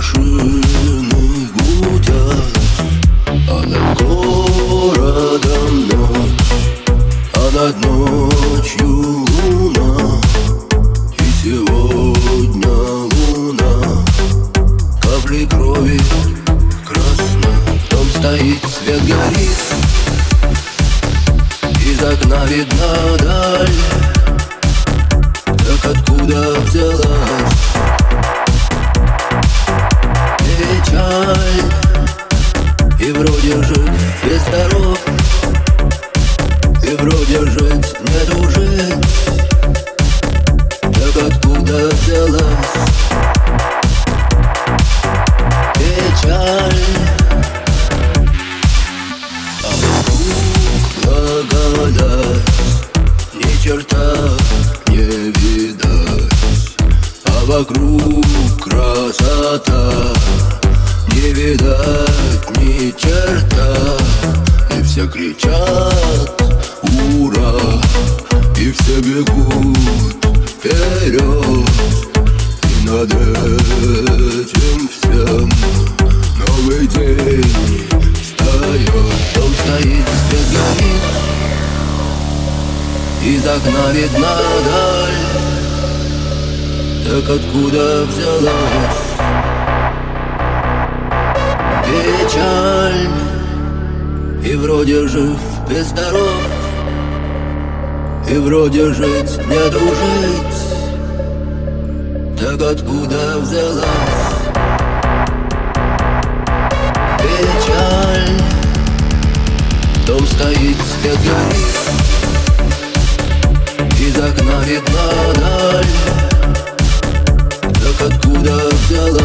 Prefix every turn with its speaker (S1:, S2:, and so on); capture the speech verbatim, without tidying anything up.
S1: машины гудят, а над городом ночь, а над ночью луна. И сегодня луна капли крови красной. Дом стоит, свет горит, из окна видна даль. Так откуда взялась печаль? И вроде жить без здоров, и вроде жить нету жить. Так откуда взялась печаль? А вокруг благодать, ни черта не видать. А вокруг красота, не видать ни черта. И все кричат ура, и все бегут вперед. И над этим всем новый день встает. Дом стоит, свет горит, из окна видна даль. Так откуда взялась печаль? И вроде жив без здоров, и вроде жить нету жить. Так откуда взялась печаль? Дом стоит, свет горит, из окна видна даль. Так откуда взялась